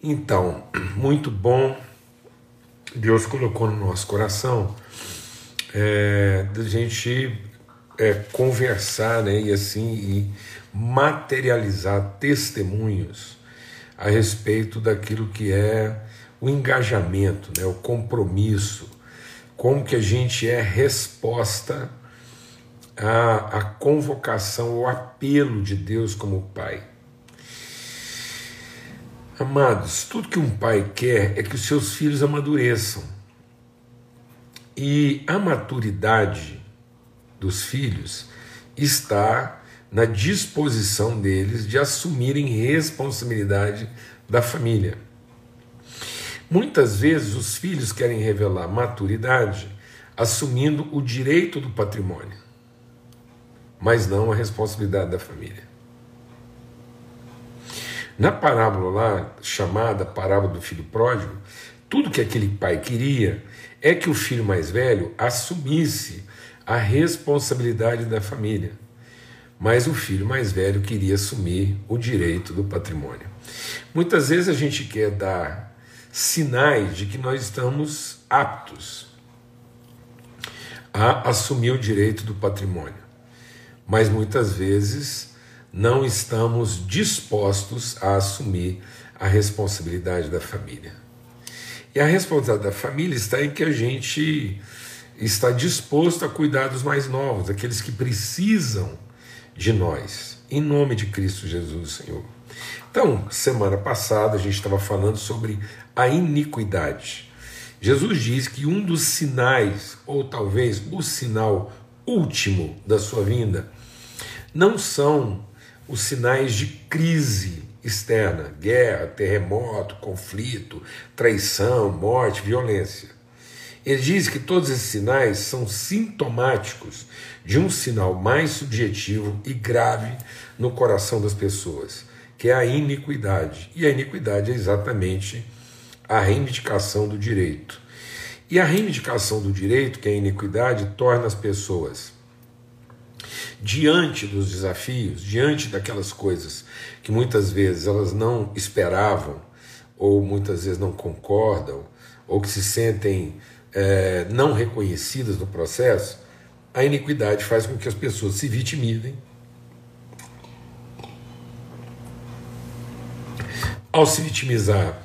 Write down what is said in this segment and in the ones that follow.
Então, muito bom, Deus colocou no nosso coração da gente conversar, né, e materializar testemunhos a respeito daquilo que é o engajamento, né, o compromisso, como que a gente é resposta à convocação, ao apelo de Deus como Pai. Amados, tudo que um pai quer é que os seus filhos amadureçam. E a maturidade dos filhos está na disposição deles de assumirem responsabilidade da família. Muitas vezes os filhos querem revelar maturidade assumindo o direito do patrimônio, mas não a responsabilidade da família. Na parábola lá, chamada parábola do filho pródigo, tudo que aquele pai queria é que o filho mais velho assumisse a responsabilidade da família, mas o filho mais velho queria assumir o direito do patrimônio. Muitas vezes a gente quer dar sinais de que nós estamos aptos a assumir o direito do patrimônio, mas muitas vezes não estamos dispostos a assumir a responsabilidade da família. E a responsabilidade da família está em que a gente está disposto a cuidar dos mais novos, aqueles que precisam de nós, em nome de Cristo Jesus, Senhor. Então, semana passada a gente estava falando sobre a iniquidade. Jesus diz que um dos sinais, ou talvez o sinal último da sua vinda, não são os sinais de crise externa, guerra, terremoto, conflito, traição, morte, violência. Ele diz que todos esses sinais são sintomáticos de um sinal mais subjetivo e grave no coração das pessoas, que é a iniquidade. E a iniquidade é exatamente a reivindicação do direito. E a reivindicação do direito, que é a iniquidade, torna as pessoas diante dos desafios, diante daquelas coisas que muitas vezes elas não esperavam, ou muitas vezes não concordam, ou que se sentem não reconhecidas no processo, a iniquidade faz com que as pessoas se vitimizem. Ao se vitimizar,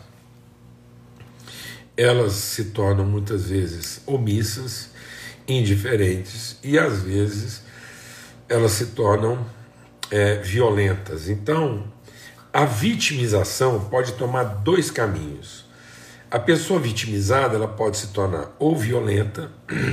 elas se tornam muitas vezes omissas, indiferentes e às vezes elas se tornam violentas. Então, a vitimização pode tomar dois caminhos. A pessoa vitimizada ela pode se tornar ou violenta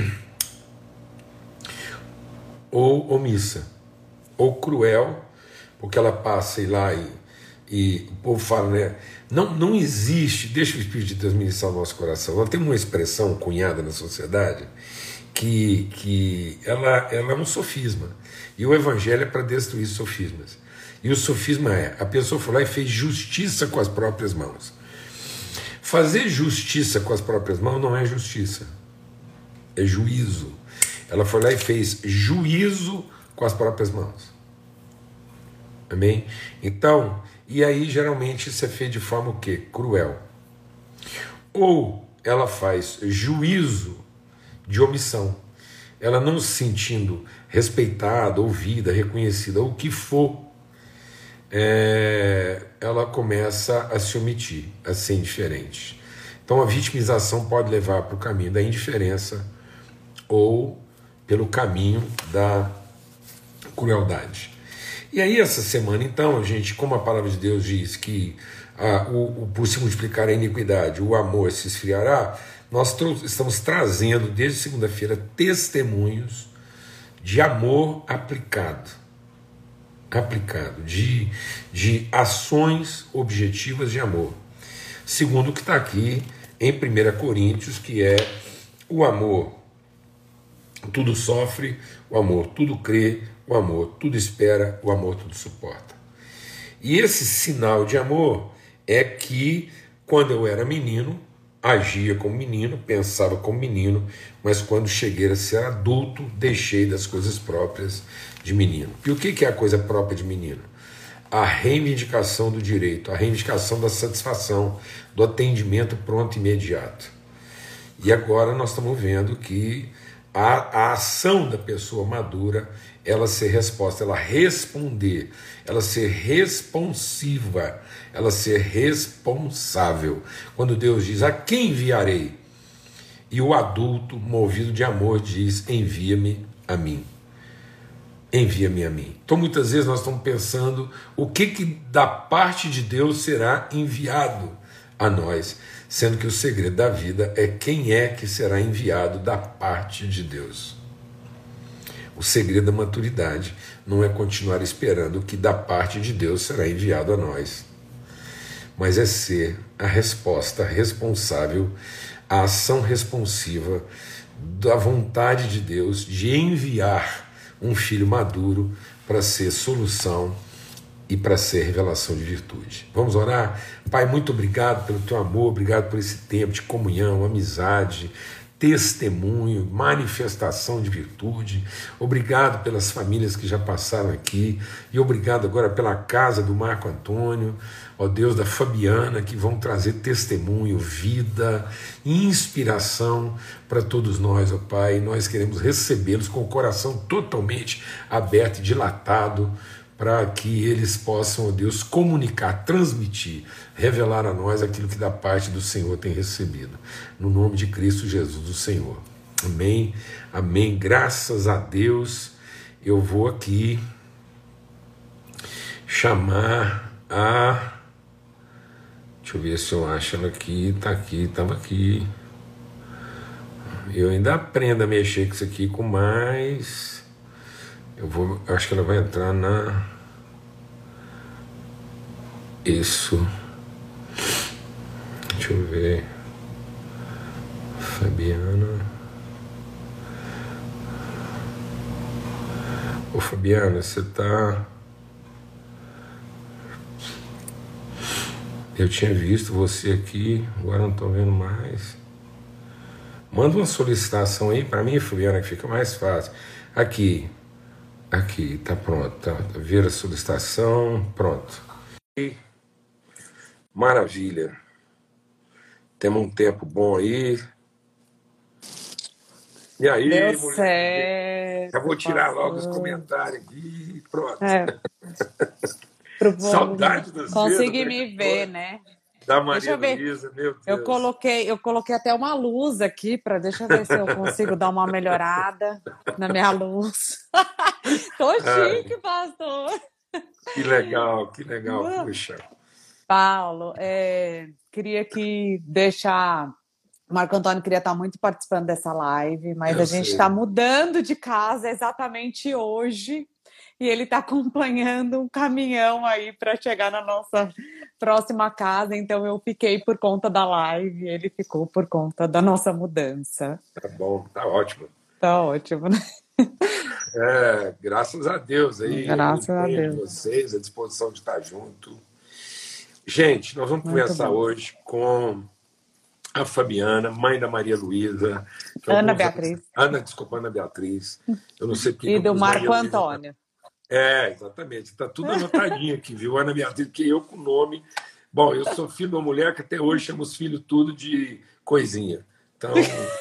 ou omissa, ou cruel, porque ela passa lá e o povo fala, né? Não existe, deixa o Espírito de Deus ministrar o nosso coração. Ela tem uma expressão cunhada na sociedade que ela é um sofisma. E o evangelho é para destruir sofismas. E o sofisma a pessoa foi lá e fez justiça com as próprias mãos. Fazer justiça com as próprias mãos não é justiça, é juízo. Ela foi lá e fez juízo com as próprias mãos. Amém? Então, e aí geralmente isso é feito de forma o quê? Cruel. Ou ela faz juízo de omissão. Ela não se sentindo respeitada, ouvida, reconhecida, ou o que for, ela começa a se omitir, a ser indiferente. Então a vitimização pode levar para o caminho da indiferença ou pelo caminho da crueldade. E aí essa semana então, a gente, como a palavra de Deus diz que por se multiplicar a iniquidade, o amor se esfriará, nós estamos trazendo desde segunda-feira testemunhos de amor aplicado, de ações objetivas de amor, segundo o que está aqui em 1 Coríntios, que é o amor tudo sofre, o amor tudo crê, o amor tudo espera, o amor tudo suporta. E esse sinal de amor é que quando eu era menino, agia como menino, pensava como menino, mas quando cheguei a ser adulto, deixei das coisas próprias de menino. E o que é a coisa própria de menino? a reivindicação do direito, a reivindicação da satisfação, do atendimento pronto e imediato. E agora nós estamos vendo que a ação da pessoa madura, ela ser resposta, ela responder, ela ser responsiva, ela ser responsável. Quando Deus diz: a quem enviarei? E o adulto, movido de amor, diz: envia-me a mim. Envia-me a mim. Então muitas vezes nós estamos pensando o que da parte de Deus será enviado a nós, sendo que o segredo da vida é quem é que será enviado da parte de Deus. O segredo da maturidade não é continuar esperando o que da parte de Deus será enviado a nós, mas é ser a resposta responsável, a ação responsiva da vontade de Deus de enviar um filho maduro para ser solução e para ser revelação de virtude. Vamos orar? Pai, muito obrigado pelo teu amor, obrigado por esse tempo de comunhão, amizade, testemunho, manifestação de virtude. Obrigado pelas famílias que já passaram aqui e obrigado agora pela casa do Marco Antônio, ó Deus, da Fabiana, que vão trazer testemunho, vida, inspiração para todos nós, ó Pai. Nós queremos recebê-los com o coração totalmente aberto e dilatado, para que eles possam, ó Deus, comunicar, transmitir, revelar a nós aquilo que da parte do Senhor tem recebido. No nome de Cristo Jesus, o Senhor. Amém, amém. Graças a Deus, eu vou aqui chamar a... Deixa eu ver se eu acho ela aqui. Está aqui, estava aqui. Eu ainda aprendo a mexer com isso aqui com mais... Eu acho que ela vai entrar na... Isso. Deixa eu ver. Fabiana. Ô Fabiana, você tá... Eu tinha visto você aqui, agora não estou vendo mais. Manda uma solicitação aí para mim, Fabiana, que fica mais fácil. Aqui. Aqui, tá pronto, tá. Ver a solicitação, pronto. Maravilha. Temos um tempo bom aí. E aí, Deu mulher? Já certo, vou tirar logo os pastor. comentários aqui. Pronto. É, pro povo Saudade das vezes conseguir me ver, né? da Deixa Maria eu ver. Luísa, meu Eu Deus. coloquei até uma luz aqui para, deixa eu ver se eu consigo dar uma melhorada na minha luz. Tô Ai, chique, pastor. que legal, puxa. Paulo, queria deixar. O Marco Antônio queria estar muito participando dessa live, mas Eu a gente sei. está mudando de casa exatamente hoje e ele está acompanhando um caminhão aí para chegar na nossa próxima casa. Então eu fiquei por conta da live, ele ficou por conta da nossa mudança. Tá bom, tá ótimo. Tá ótimo, né? Graças a Deus aí, o Graças a empenho de Deus. vocês, a disposição de estar junto. Gente, nós vamos Muito conversar bom. hoje com a Fabiana, mãe da Maria Luísa. Ana Beatriz. Desculpa, Ana Beatriz. Eu não sei porque E eu do pus Maria Marco Luísa. Antônio. Exatamente. Está tudo anotadinho aqui, viu, Ana Beatriz? Porque eu com o nome... Bom, eu sou filho de uma mulher que até hoje chama os filhos tudo de coisinha. Então...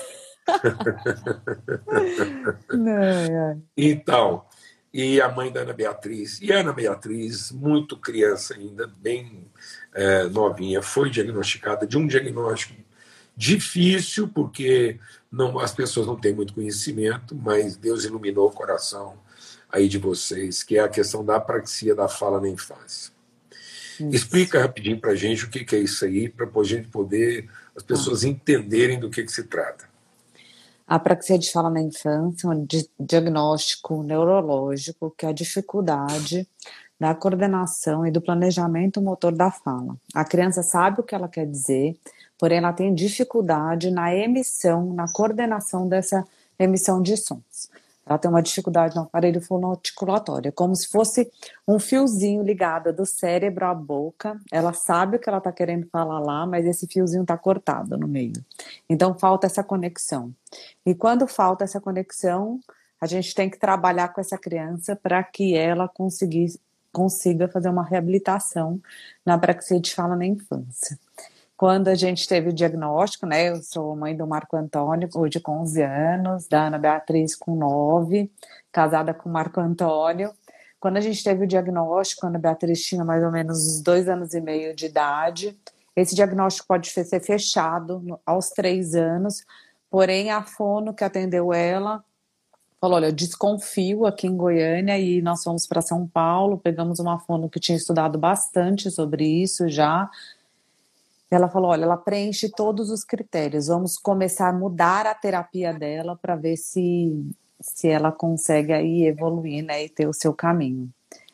Então, e a mãe da Ana Beatriz. E a Ana Beatriz, muito criança ainda, bem novinha, foi diagnosticada de um diagnóstico difícil, porque as pessoas não têm muito conhecimento, mas Deus iluminou o coração aí de vocês, que é a questão da apraxia da fala na infância. Explica rapidinho para a gente o que é isso aí, para a gente poder, as pessoas entenderem do que se trata. A apraxia de fala na infância é um diagnóstico neurológico que é a dificuldade da coordenação e do planejamento motor da fala. A criança sabe o que ela quer dizer, porém ela tem dificuldade na emissão, na coordenação dessa emissão de sons. Ela tem uma dificuldade no aparelho fonoarticulatório, como se fosse um fiozinho ligado do cérebro à boca. Ela sabe o que ela está querendo falar lá, mas esse fiozinho está cortado no meio. Então falta essa conexão. E quando falta essa conexão, a gente tem que trabalhar com essa criança para que ela consiga fazer uma reabilitação na apraxia de fala na infância. Quando a gente teve o diagnóstico, né, eu sou mãe do Marco Antônio, hoje com 11 anos, da Ana Beatriz com 9, casada com o Marco Antônio. Quando a gente teve o diagnóstico, a Ana Beatriz tinha mais ou menos uns 2 anos e meio de idade. Esse diagnóstico pode ser fechado aos 3 anos, porém a fono que atendeu ela falou, olha, eu desconfio aqui em Goiânia, e nós fomos para São Paulo, pegamos uma fono que tinha estudado bastante sobre isso já. Ela falou, olha, ela preenche todos os critérios, vamos começar a mudar a terapia dela para ver se ela consegue aí evoluir, né, e ter o seu caminho.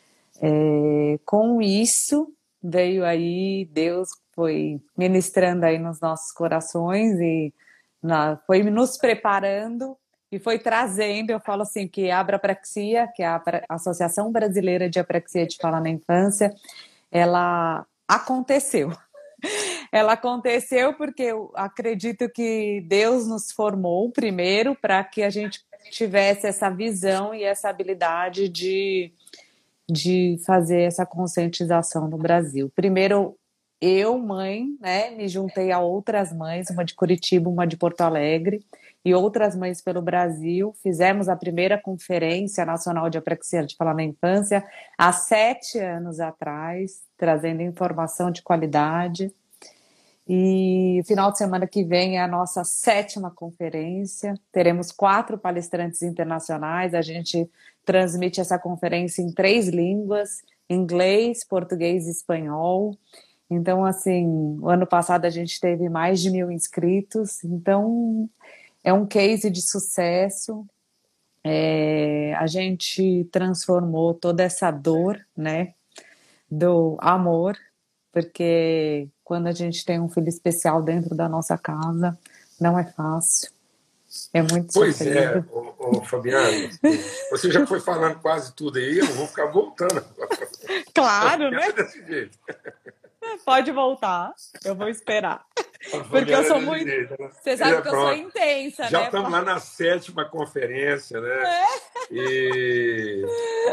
Com isso, veio aí, Deus foi ministrando aí nos nossos corações e foi nos preparando e foi trazendo, eu falo assim, que a Abrapraxia, que é a Associação Brasileira de Apraxia de Fala na Infância, ela aconteceu. Ela aconteceu porque eu acredito que Deus nos formou primeiro para que a gente tivesse essa visão e essa habilidade de fazer essa conscientização no Brasil. Primeiro, eu, mãe, né, me juntei a outras mães, uma de Curitiba, uma de Porto Alegre, e outras mães pelo Brasil. Fizemos a primeira Conferência Nacional de Apraxia de Fala na Infância há 7 anos atrás, trazendo informação de qualidade. E o final de semana que vem é a nossa 7ª conferência. Teremos 4 palestrantes internacionais. A gente transmite essa conferência em 3 línguas: inglês, português e espanhol. Então, assim, o ano passado a gente teve mais de 1.000 inscritos. Então, é um case de sucesso. A gente transformou toda essa dor, né, do amor, porque quando a gente tem um filho especial dentro da nossa casa, não é fácil, é muito sofrido. Pois é, Fabiana, você já foi falando quase tudo aí, eu vou ficar voltando. Claro, né? Desse jeito. Pode voltar, eu vou esperar. Porque eu sou muito... Você sabe que eu sou intensa, já né? Já estamos lá na 7ª conferência, né? E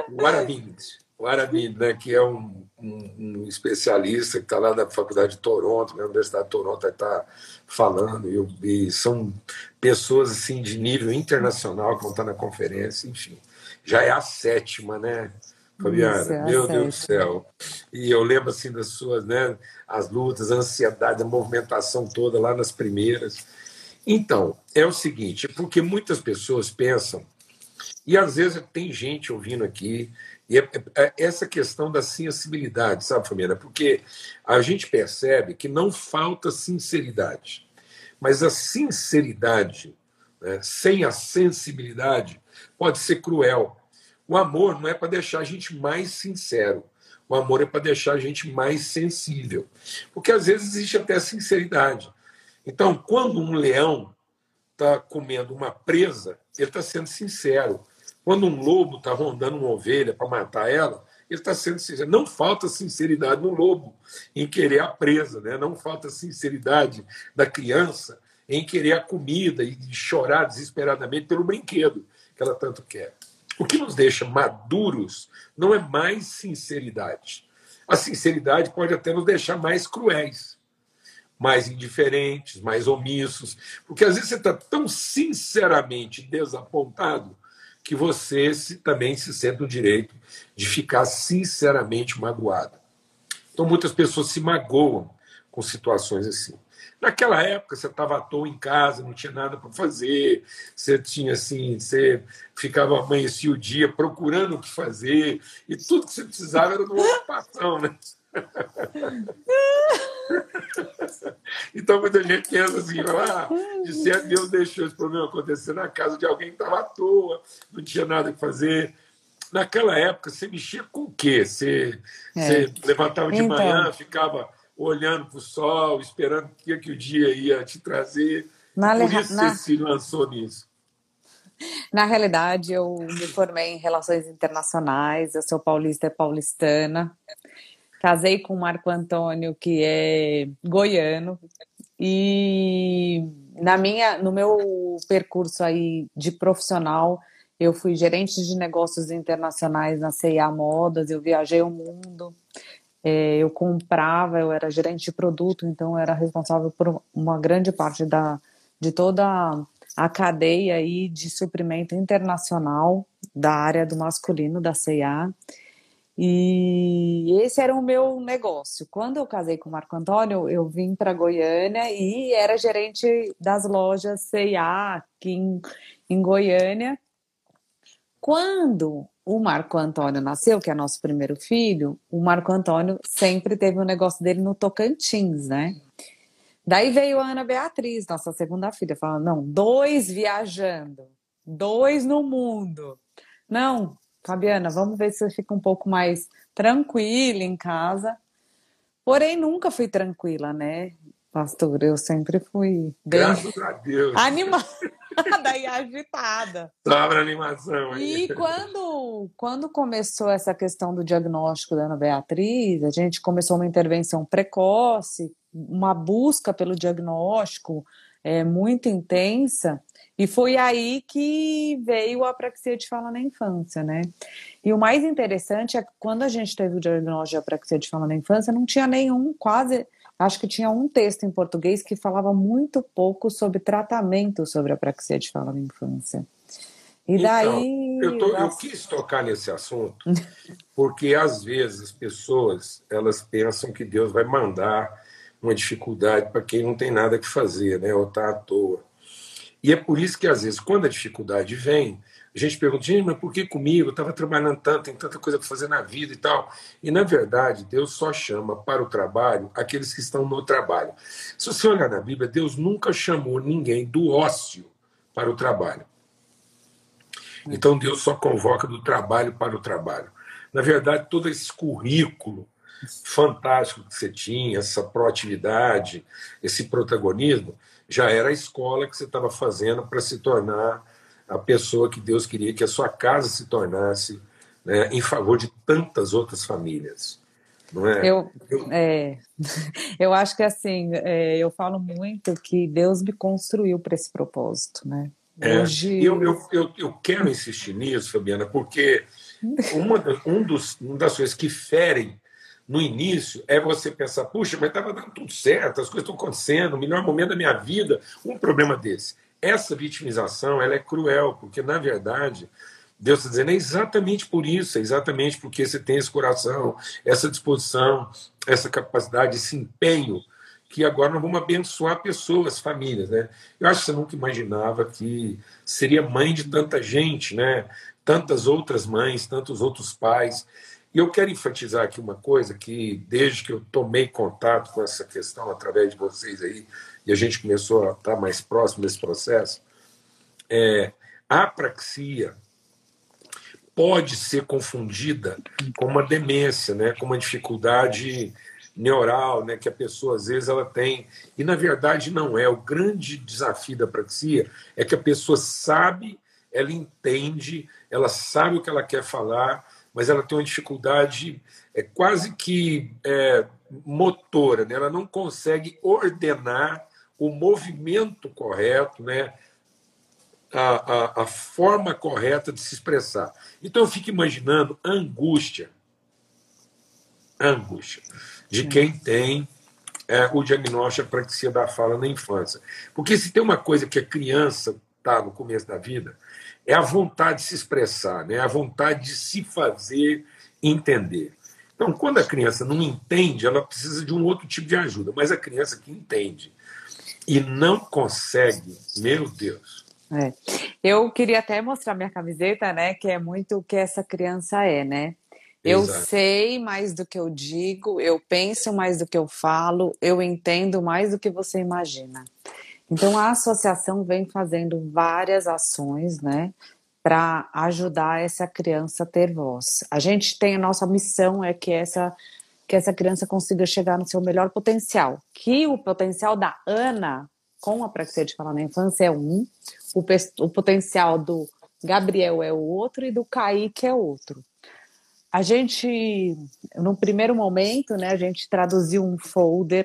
o Aravind, né, que é um especialista que está lá da Faculdade de Toronto, na Universidade de Toronto, está falando, e são pessoas assim, de nível internacional que vão estar na conferência, enfim. Já é a 7ª, né, Fabiana? Meu Deus do céu. E eu lembro assim das suas, né, as lutas, a ansiedade, a movimentação toda lá nas primeiras. Então, é o seguinte, porque muitas pessoas pensam, e às vezes tem gente ouvindo aqui, e essa questão da sensibilidade, sabe, Fabiana? Porque a gente percebe que não falta sinceridade, mas a sinceridade, né, sem a sensibilidade, pode ser cruel. O amor não é para deixar a gente mais sincero, o amor é para deixar a gente mais sensível, porque às vezes existe até sinceridade. Então, quando um leão está comendo uma presa, ele está sendo sincero. Quando um lobo está rondando uma ovelha para matar ela, ele está sendo sincero. Não falta sinceridade no lobo em querer a presa, né? Não falta sinceridade da criança em querer a comida e de chorar desesperadamente pelo brinquedo que ela tanto quer. O que nos deixa maduros não é mais sinceridade. A sinceridade pode até nos deixar mais cruéis, mais indiferentes, mais omissos, porque às vezes você está tão sinceramente desapontado que você também se sente no direito de ficar sinceramente magoado. Então muitas pessoas se magoam com situações assim. Naquela época você estava à toa em casa, não tinha nada para fazer, você ficava amanhecia o dia procurando o que fazer, e tudo que você precisava era de uma ocupação, né? Então muita gente pensa assim, de certo Deus deixou esse problema acontecer na casa de alguém que estava à toa, não tinha nada que fazer. Naquela época você mexia com o quê? Você levantava de manhã, ficava olhando para o sol, esperando o que o dia ia te trazer. Por isso você se lançou nisso. Na realidade, eu me formei em Relações Internacionais, eu sou paulista e paulistana. Casei com o Marco Antônio, que é goiano, e no meu percurso aí de profissional, Eu fui gerente de negócios internacionais na C&A Modas, eu viajei o mundo, eu comprava, eu era gerente de produto, então eu era responsável por uma grande parte de toda a cadeia aí de suprimento internacional da área do masculino da C&A. E esse era o meu negócio. Quando eu casei com o Marco Antônio, eu vim para Goiânia e era gerente das lojas C&A aqui em Goiânia. Quando o Marco Antônio nasceu, que é nosso primeiro filho, o Marco Antônio sempre teve um negócio dele no Tocantins, né? Daí veio a Ana Beatriz, nossa segunda filha, falando: não, 2 viajando, 2 no mundo. Não, Fabiana, vamos ver se você fica um pouco mais tranquila em casa. Porém, nunca fui tranquila, né, pastor? Eu sempre fui bem Graças a Deus. animada e agitada. Sobra animação aí. E quando começou essa questão do diagnóstico da Ana Beatriz, a gente começou uma intervenção precoce, uma busca pelo diagnóstico muito intensa, e foi aí que veio a apraxia de fala na infância, né? E o mais interessante é que quando a gente teve o diagnóstico de apraxia de fala na infância, não tinha nenhum, quase, acho que tinha um texto em português que falava muito pouco sobre tratamento sobre apraxia de fala na infância. E Então, daí, eu quis tocar nesse assunto porque às vezes as pessoas elas pensam que Deus vai mandar uma dificuldade para quem não tem nada que fazer, né? Ou está à toa. E é por isso que às vezes quando a dificuldade vem, a gente pergunta: gente, mas por que comigo? Eu estava trabalhando tanto, tem tanta coisa para fazer na vida e tal. E na verdade, Deus só chama para o trabalho aqueles que estão no trabalho. Se você olhar na Bíblia, Deus nunca chamou ninguém do ócio para o trabalho. Então Deus só convoca do trabalho para o trabalho. Na verdade, todo esse currículo fantástico que você tinha, essa proatividade, esse protagonismo, já era a escola que você estava fazendo para se tornar a pessoa que Deus queria que a sua casa se tornasse, né, em favor de tantas outras famílias. Não é? eu, é, eu acho que assim, eu falo muito que Deus me construiu para esse propósito, né? Hoje, Eu quero insistir nisso, Fabiana, porque uma das coisas que ferem no início é você pensar: puxa, mas estava dando tudo certo, as coisas estão acontecendo, o melhor momento da minha vida, um problema desse. Essa vitimização ela é cruel, porque na verdade Deus está dizendo: é exatamente por isso, é exatamente porque você tem esse coração, essa disposição, essa capacidade, esse empenho, que agora nós vamos abençoar pessoas, famílias, né? Eu acho que você nunca imaginava que seria mãe de tanta gente, né? Tantas outras mães, tantos outros pais. E eu quero enfatizar aqui uma coisa que, desde que eu tomei contato com essa questão através de vocês aí, e a gente começou a estar mais próximo desse processo, a apraxia pode ser confundida com uma demência, né? Com uma dificuldade neural, né, que a pessoa às vezes ela tem, e na verdade não é. O grande desafio da praxia é que a pessoa sabe, ela entende, ela sabe o que ela quer falar, mas ela tem uma dificuldade quase que motora, né? Ela não consegue ordenar o movimento correto, né? A forma correta de se expressar. Então eu fico imaginando a angústia de quem tem o diagnóstico de apraxia da fala na infância. Porque se tem uma coisa que a criança está no começo da vida, é a vontade de se expressar, né? A vontade de se fazer entender. Então, quando a criança não entende, ela precisa de um outro tipo de ajuda. Mas a criança que entende e não consegue, meu Deus. eu queria até mostrar minha camiseta, né? Que é muito o que essa criança é, né? Eu Exato. sei mais do que eu digo, eu penso mais do que eu falo, eu entendo mais do que você imagina. Então, a associação vem fazendo várias ações, né, para ajudar essa criança a ter voz. A gente tem a nossa missão é que essa criança consiga chegar no seu melhor potencial. Que o potencial da Ana, com a praxia de falar na infância, é um, o potencial do Gabriel é o outro e do Kaique é outro. A gente, no primeiro momento, né, a gente traduziu um folder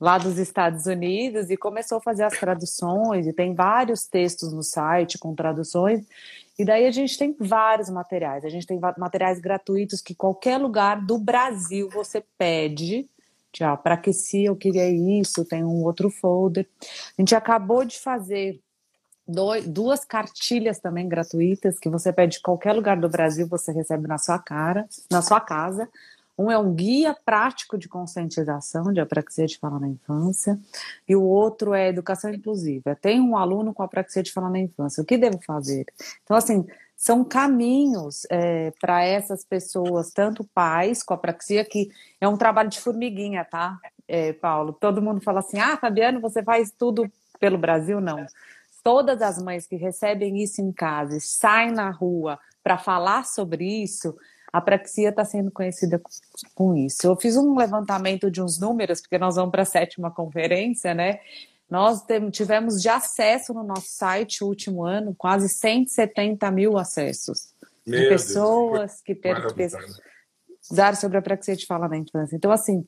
lá dos Estados Unidos e começou a fazer as traduções, e tem vários textos no site com traduções, e daí a gente tem vários materiais. A gente tem materiais gratuitos que qualquer lugar do Brasil você pede. Já, apraxia, eu queria isso, tem um outro folder. A gente acabou de fazer duas cartilhas também gratuitas que você pede de qualquer lugar do Brasil, você recebe na sua casa. Um é um guia prático de conscientização de apraxia de fala na infância, e o outro é educação inclusiva. Tem um aluno com apraxia de fala na infância, o que devo fazer? Então, assim, são caminhos para essas pessoas, tanto pais com apraxia, que é um trabalho de formiguinha, tá, Paulo? Todo mundo fala assim, Fabiano, você faz tudo pelo Brasil? Não. Todas as mães que recebem isso em casa e saem na rua para falar sobre isso, a apraxia está sendo conhecida com isso. Eu fiz um levantamento de uns números, porque nós vamos para a 7ª conferência, né? Nós tivemos de acesso no nosso site o último ano, quase 170 mil acessos. De pessoas que pesquisaram sobre a apraxia de fala na infância. Então, assim,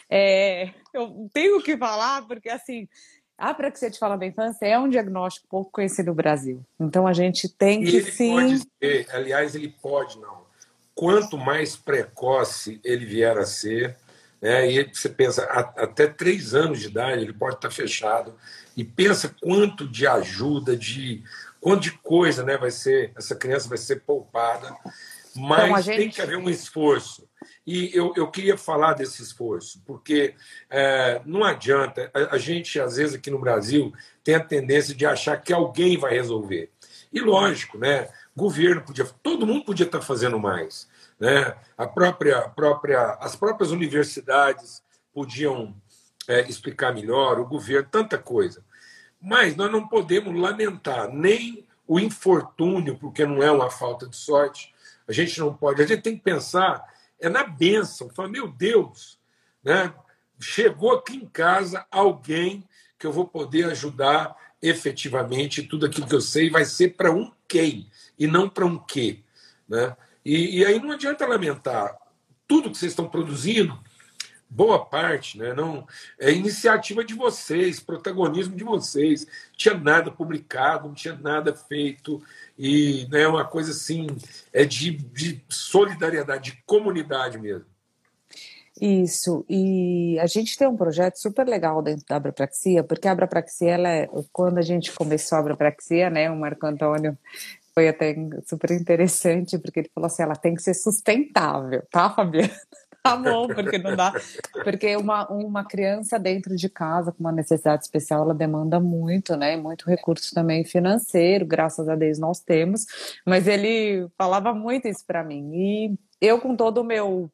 eu tenho que falar, porque, assim, a apraxia de fala na infância é um diagnóstico pouco conhecido no Brasil. Então, a gente tem que, sim... Pode ser, aliás, ele pode não. Quanto mais precoce ele vier a ser, né, e você pensa, até 3 anos de idade ele pode estar fechado, e pensa quanto de ajuda, quanto de coisa, né, essa criança vai ser poupada, mas então, tem que haver um esforço. E eu queria falar desse esforço, porque não adianta, a gente, às vezes, aqui no Brasil, tem a tendência de achar que alguém vai resolver. E lógico, né? Governo todo mundo podia estar fazendo mais, né? As próprias universidades podiam explicar melhor, o governo, tanta coisa. Mas nós não podemos lamentar nem o infortúnio, porque não é uma falta de sorte. A gente não pode, a gente tem que pensar na bênção. Falar, meu Deus, né? Chegou aqui em casa alguém que eu vou poder ajudar efetivamente, tudo aquilo que eu sei vai ser para um quem e não para um quê. Né? E aí não adianta lamentar. Tudo que vocês estão produzindo, boa parte, né, não, é iniciativa de vocês, protagonismo de vocês. Não tinha nada publicado, não tinha nada feito. E é uma coisa assim, de solidariedade, de comunidade mesmo. Isso, e a gente tem um projeto super legal dentro da Abrapraxia, porque a Abrapraxia, quando a gente começou a Abrapraxia, né, o Marco Antônio foi até super interessante, porque ele falou assim, ela tem que ser sustentável, tá, Fabiana? Tá bom, porque não dá, porque uma criança dentro de casa com uma necessidade especial, ela demanda muito, né, muito recurso também financeiro, graças a Deus nós temos, mas ele falava muito isso para mim, e eu com todo o meu...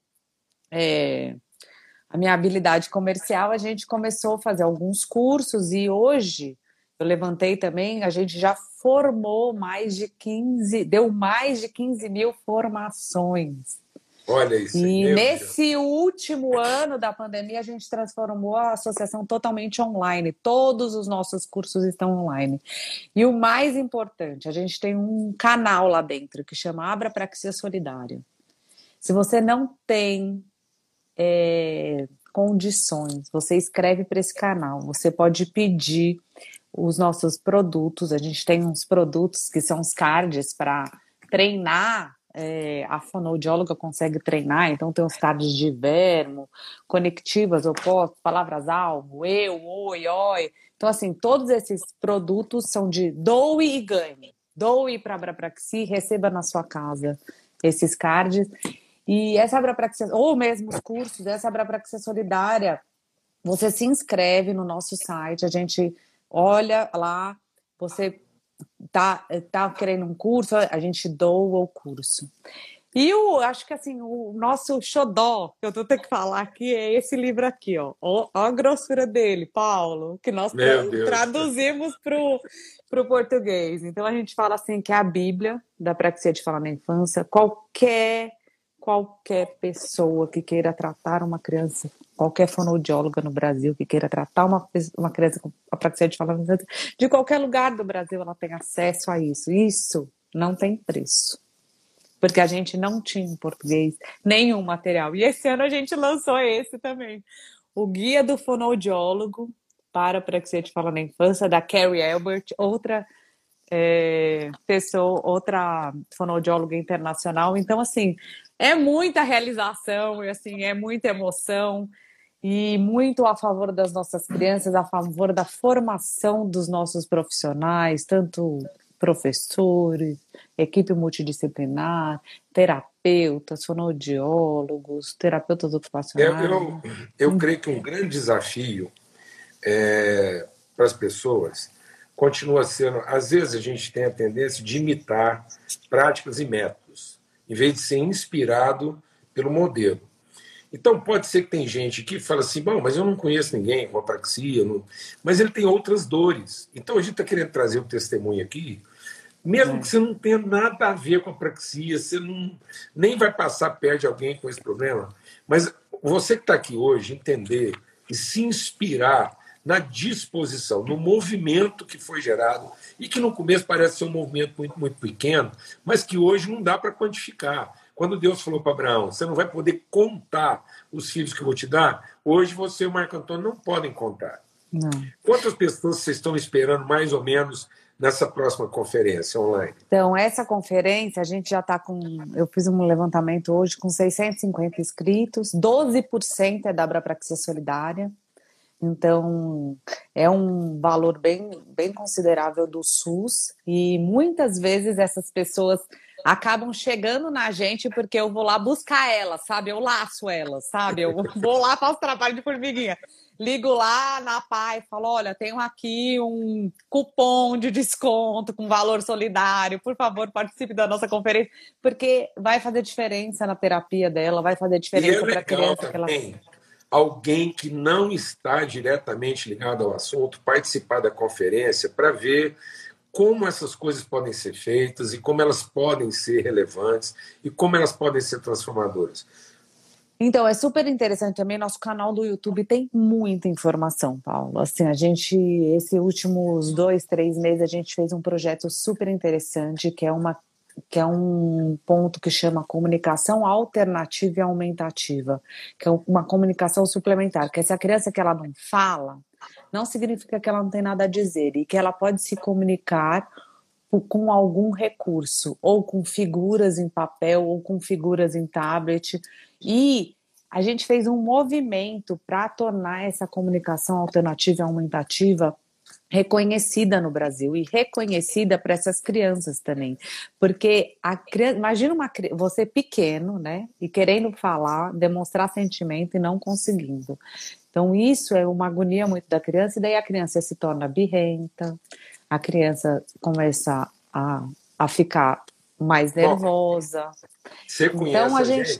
a minha habilidade comercial, a gente começou a fazer alguns cursos e hoje eu levantei também, a gente já formou deu mais de 15 mil formações. Olha isso. E nesse último ano da pandemia, a gente transformou a associação totalmente online. Todos os nossos cursos estão online. E o mais importante, a gente tem um canal lá dentro que chama Abrapraxia Solidária. Se você não tem condições, você escreve para esse canal, você pode pedir os nossos produtos, a gente tem uns produtos que são os cards para treinar, a fonoaudióloga consegue treinar, então tem os cards de verbo, conectivas, opostos, palavras-alvo, eu, oi, oi, então assim, todos esses produtos são de doe e ganhe, doe para a Abrapraxia, receba na sua casa esses cards. E essa Abrapraxia, ou mesmo os cursos, essa Abrapraxia Solidária, você se inscreve no nosso site, a gente olha lá, você tá querendo um curso, a gente doa o curso. E acho que assim, o nosso xodó, que eu tô tendo que falar aqui, é esse livro aqui, ó. Ó a grossura dele, Paulo, que nós traduzimos pro português. Então a gente fala assim que é a Bíblia da apraxia de fala na infância. Qualquer pessoa que queira tratar uma criança, qualquer fonoaudióloga no Brasil que queira tratar uma criança com apraxia de fala na infância, de qualquer lugar do Brasil ela tem acesso a isso. Isso não tem preço. Porque a gente não tinha em português nenhum material. E esse ano a gente lançou esse também. O Guia do Fonoaudiólogo para Apraxia de Fala na Infância, da Carrie Elbert, outra pessoa, outra fonoaudióloga internacional. Então, assim, é muita realização, e, assim, é muita emoção e muito a favor das nossas crianças, a favor da formação dos nossos profissionais, tanto professores, equipe multidisciplinar, terapeutas, fonoaudiólogos, terapeutas Eu, ocupacionais. eu, eu creio que um grande desafio para as pessoas continua sendo, às vezes a gente tem a tendência de imitar práticas e métodos, em vez de ser inspirado pelo modelo. Então pode ser que tem gente que fala assim, bom, mas eu não conheço ninguém com apraxia, mas ele tem outras dores. Então a gente está querendo trazer o testemunho aqui, mesmo que você não tenha nada a ver com apraxia, você não, nem vai passar perto de alguém com esse problema, mas você que está aqui hoje, entender e se inspirar na disposição, no movimento que foi gerado, e que no começo parece ser um movimento muito, muito pequeno, mas que hoje não dá para quantificar. Quando Deus falou para Abraão, você não vai poder contar os filhos que eu vou te dar, hoje você e o Marco Antônio não podem contar. Não. Quantas pessoas vocês estão esperando, mais ou menos, nessa próxima conferência online? Então, essa conferência, a gente já está com... Eu fiz um levantamento hoje com 650 inscritos, 12% é da Abrapraxia Solidária. Então, é um valor bem considerável do SUS e muitas vezes essas pessoas acabam chegando na gente porque eu vou lá buscar elas, sabe? Eu laço elas, sabe? Eu vou lá, faço trabalho de formiguinha. Ligo lá na PAI e falo, olha, tenho aqui um cupom de desconto com valor solidário, por favor, participe da nossa conferência, porque vai fazer diferença na terapia dela, vai fazer diferença para a criança que ela... Alguém que não está diretamente ligado ao assunto participar da conferência para ver como essas coisas podem ser feitas e como elas podem ser relevantes e como elas podem ser transformadoras. Então, é super interessante também, nosso canal do YouTube tem muita informação, Paulo. Assim, esses últimos 2, 3 meses, a gente fez um projeto super interessante, que é um ponto que chama comunicação alternativa e aumentativa, que é uma comunicação suplementar, que essa criança que ela não fala, não significa que ela não tem nada a dizer, e que ela pode se comunicar com algum recurso, ou com figuras em papel, ou com figuras em tablet, e a gente fez um movimento para tornar essa comunicação alternativa e aumentativa reconhecida no Brasil e reconhecida para essas crianças também, porque a criança, imagina você pequeno, né, e querendo falar, demonstrar sentimento e não conseguindo. Então isso é uma agonia muito da criança, e daí a criança se torna birrenta, a criança começa a ficar mais nervosa. Você conhece então, a gente?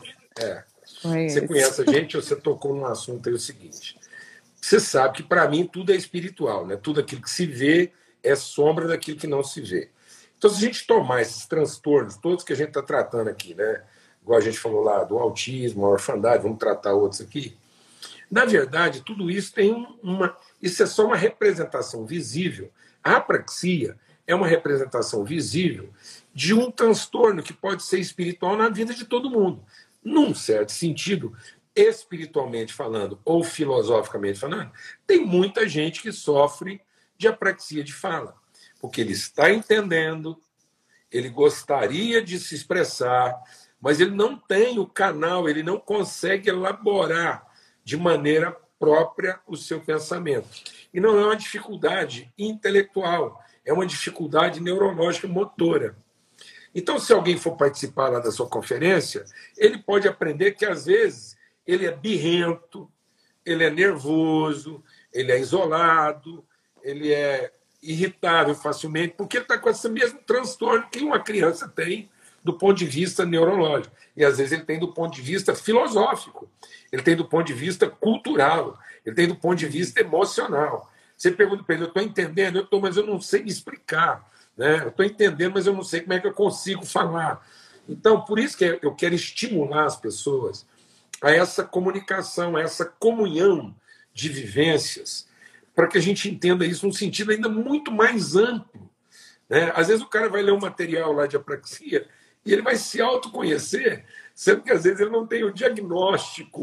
Você conhece a gente, você tocou num assunto aí o seguinte. Você sabe que para mim tudo é espiritual, né? Tudo aquilo que se vê é sombra daquilo que não se vê. Então, se a gente tomar esses transtornos, todos que a gente está tratando aqui, né? Igual a gente falou lá do autismo, a orfandade, vamos tratar outros aqui. Na verdade, tudo isso tem isso é só uma representação visível. A apraxia é uma representação visível de um transtorno que pode ser espiritual na vida de todo mundo. Num certo sentido, espiritualmente falando ou filosoficamente falando, tem muita gente que sofre de apraxia de fala, porque ele está entendendo, ele gostaria de se expressar, mas ele não tem o canal, ele não consegue elaborar de maneira própria o seu pensamento. E não é uma dificuldade intelectual, é uma dificuldade neurológica motora. Então, se alguém for participar lá da sua conferência, ele pode aprender que, às vezes, ele é birrento, ele é nervoso, ele é isolado, ele é irritável facilmente, porque ele está com esse mesmo transtorno que uma criança tem do ponto de vista neurológico. E, às vezes, ele tem do ponto de vista filosófico, ele tem do ponto de vista cultural, ele tem do ponto de vista emocional. Você pergunta para ele, eu estou entendendo, mas eu não sei me explicar. Né? Eu estou entendendo, mas eu não sei como é que eu consigo falar. Então, por isso que eu quero estimular as pessoas a essa comunicação, a essa comunhão de vivências, para que a gente entenda isso num sentido ainda muito mais amplo. Né? Às vezes o cara vai ler um material lá de apraxia e ele vai se autoconhecer, sendo que às vezes ele não tem o diagnóstico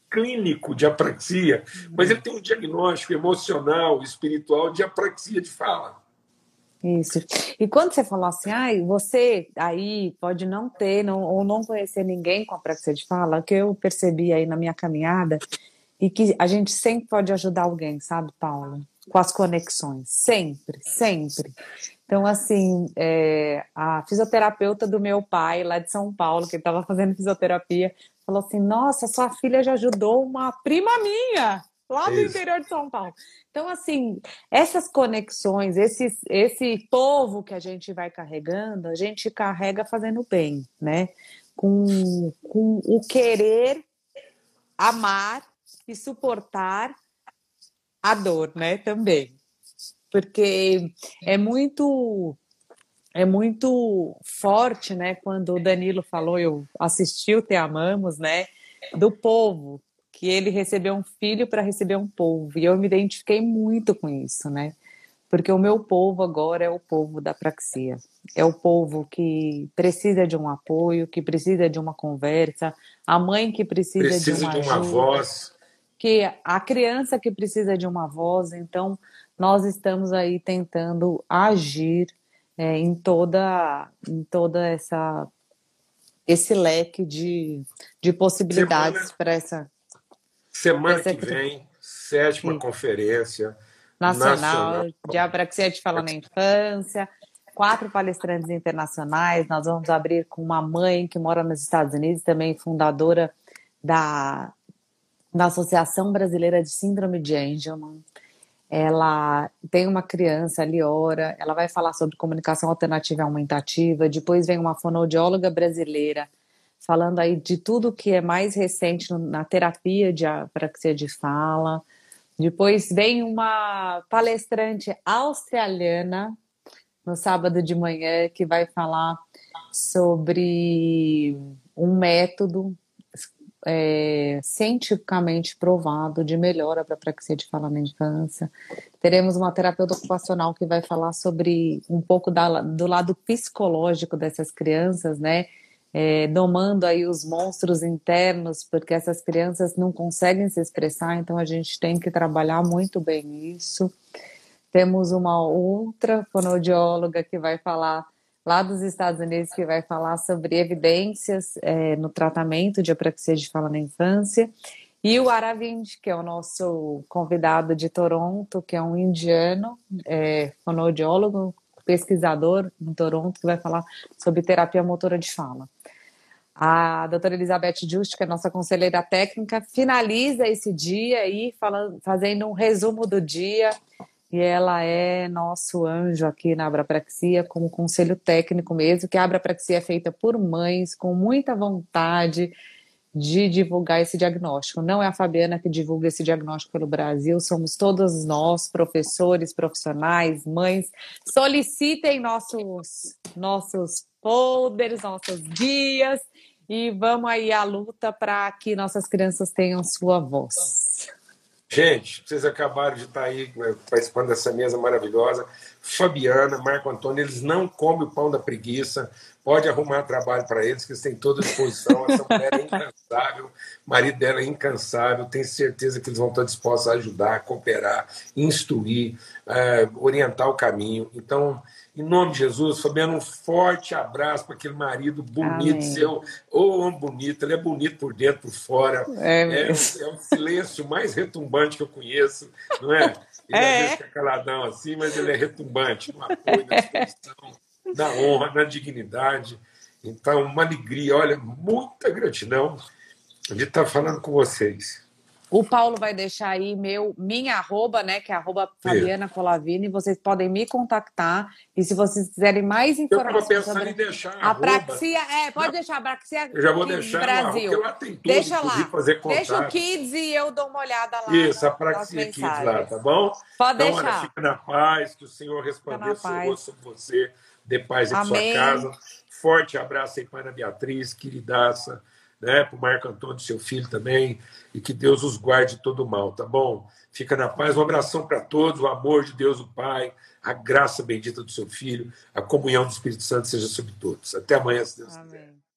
clínico de apraxia, mas ele tem um diagnóstico emocional, espiritual de apraxia de fala. Isso. E quando você falou assim, ai, você aí pode não ter ou não conhecer ninguém com apraxia de fala, o que eu percebi aí na minha caminhada, e que a gente sempre pode ajudar alguém, sabe, Paulo? Com as conexões, sempre, sempre. Então, assim, a fisioterapeuta do meu pai, lá de São Paulo, que estava fazendo fisioterapia, falou assim: Nossa, sua filha já ajudou uma prima minha, lá do Isso. interior de São Paulo. Então, assim, essas conexões, esse povo que a gente vai carregando, a gente carrega fazendo bem, né? Com o querer amar e suportar a dor, né? Também. Porque é muito é muito forte, né? Quando o Danilo falou, eu assisti o Te Amamos, né? Do povo, que ele recebeu um filho para receber um povo. E eu me identifiquei muito com isso, né? Porque o meu povo agora é o povo da praxia. É o povo que precisa de um apoio, que precisa de uma conversa, a mãe que precisa de Precisa uma de uma ajuda, voz. que a criança que precisa de uma voz. Então, nós estamos aí tentando agir em toda esse leque de Semana, possibilidades para essa, para semana essa que vem, sétima conferência nacional. nacional de apraxia de fala na infância, 4 palestrantes internacionais. Nós vamos abrir com uma mãe que mora nos Estados Unidos, também fundadora da Associação Brasileira de Síndrome de Angelman. Ela tem uma criança, a Liora, ela vai falar sobre comunicação alternativa e aumentativa. Depois vem uma fonoaudióloga brasileira falando aí de tudo que é mais recente na terapia de apraxia de fala. Depois vem uma palestrante australiana no sábado de manhã que vai falar sobre um método cientificamente provado de melhora para apraxia de fala na infância. Teremos uma terapeuta ocupacional que vai falar sobre um pouco do lado psicológico dessas crianças, né? Domando aí os monstros internos, porque essas crianças não conseguem se expressar, então a gente tem que trabalhar muito bem isso. Temos uma outra fonoaudióloga que vai falar lá dos Estados Unidos, que vai falar sobre evidências no tratamento de apraxia de fala na infância. E o Aravind, que é o nosso convidado de Toronto, que é um indiano, fonoaudiólogo, pesquisador em Toronto, que vai falar sobre terapia motora de fala. A doutora Elizabeth Just, que é nossa conselheira técnica, finaliza esse dia aí fazendo um resumo do dia. E ela é nosso anjo aqui na Abrapraxia, como conselho técnico mesmo, que a Abrapraxia é feita por mães com muita vontade de divulgar esse diagnóstico. Não é a Fabiana que divulga esse diagnóstico pelo Brasil, somos todos nós, professores, profissionais, mães. Solicitem nossos folders, nossos guias, e vamos aí à luta para que nossas crianças tenham sua voz. Gente, vocês acabaram de estar aí participando dessa mesa maravilhosa. Fabiana, Marco Antônio, eles não comem o pão da preguiça. Pode arrumar trabalho para eles, que eles têm toda a disposição. Essa mulher é incansável, o marido dela é incansável. Tenho certeza que eles vão estar dispostos a ajudar, cooperar, instruir, orientar o caminho. Então, em nome de Jesus, Fabiano, um forte abraço para aquele marido bonito Amém. seu. Ô, homem bonito, ele é bonito por dentro, por fora. É o silêncio mais retumbante que eu conheço, não é? Ele às vezes fica caladão assim, mas ele é retumbante, no apoio, na disposição, na honra, na dignidade. Então, uma alegria, olha, muita gratidão de estar falando com vocês. O Paulo vai deixar aí minha arroba, né, que é arroba Fabiana Colavini. Vocês podem me contactar. E se vocês quiserem mais Eu estava informações pensando sobre em deixar a arroba. praxia, pode deixar a praxia Eu já vou aqui no deixar lá, porque Brasil. lá tem tudo, Deixa inclusive lá. fazer Deixa o contato. Kids e eu dou uma olhada lá Isso, a nas Praxia Kids lá, mensagens. tá bom? Pode Então, olha, deixar. fica na paz, que o Senhor Fica na resplandeça o seu paz. rosto sobre você, dê paz em sua Amém. casa. Forte abraço aí para Ana Beatriz, queridaça, né? Para o Marco Antônio, seu filho também, e que Deus os guarde de todo mal, tá bom? Fica na paz, um abração para todos, o amor de Deus, o Pai, a graça bendita do seu filho, a comunhão do Espírito Santo seja sobre todos. Até amanhã, se Deus quiser. Amém.